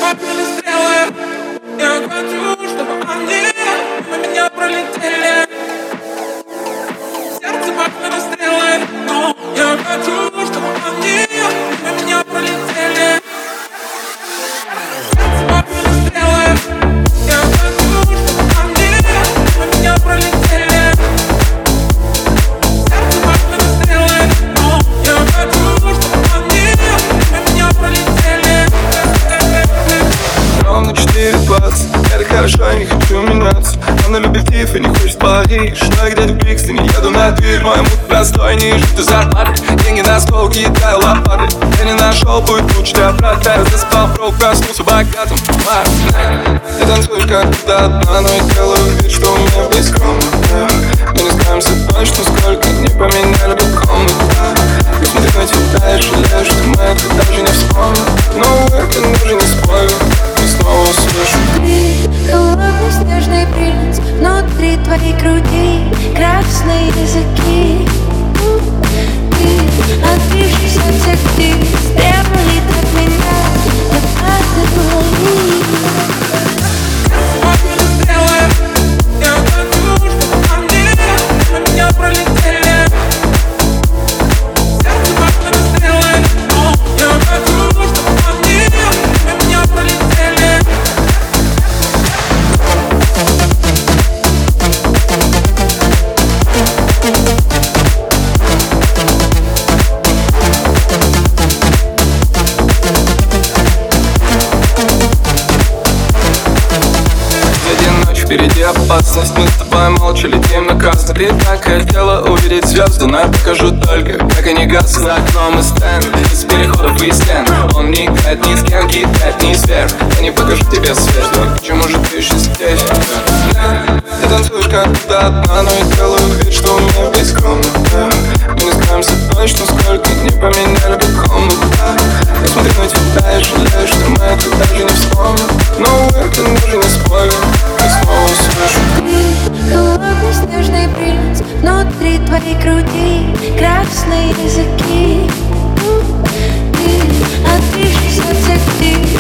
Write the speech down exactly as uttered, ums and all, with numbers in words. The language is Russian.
папины стрелы. Я хочу, чтобы они мимо меня пролетели. Сердце папины стрелы, но я хочу, чтобы они мимо меня пролетели. Сердце папины стрелы, я хочу, чтобы они мимо меня пролетели. Сердце папины стрелы, но я хочу, чтобы они мимо меня пролетели. Ровно четыре двадцать, я так хорошо, я не хочу меняться. Она любит Тиф и не хочет в Париж. Но я где-то в Брикстоне, еду на Тверь. Мой мут простой, не жду зарплаты. Деньги на стол, кидаю лопаты. Я не нашел путь лучше для брата. Я заспал, прок, проснулся богатым. Я танцую как будто одна, но я делаю вид, что у меня весь скромно. Мы не знаемся точно, сколько не поменяли бы комнату. Я смотрю на тебя и жалею, что мы это даже не вспомним. Но это даже не спорю, и снова услышу. Ты холодный снежный принц, внутри твоей груди красные языки. Ты отбившись от всех птиц, требует от меня, я падаю вниз. Папины стрелы, я хочу, чтобы они мимо меня пролетели. Сердце папины стрелы, но я хочу, чтобы они мимо меня пролетели. Впереди опасность, мы с тобой молча летим на красный. Ты так хотела увидеть звезды, но я покажу только, как они гаснут. За окном и стенд, из переходов и стен. Он не играет ни с кем, кидает ни сверх. Я не покажу тебе свет, но почему же ты еще здесь? Ты танцуешь как будто одна, но я делаю вид, что у меня весь комната. Мы не знаемся точно, сколько не поменяли бы комнату. Я смотрю на тебя и жалею, что мы это даже не вспомним. Но это даже не спорю, и снова услышу. Ты холодный снежный принц, внутри твоей груди красные языки. Ты отбившись от всех птиц,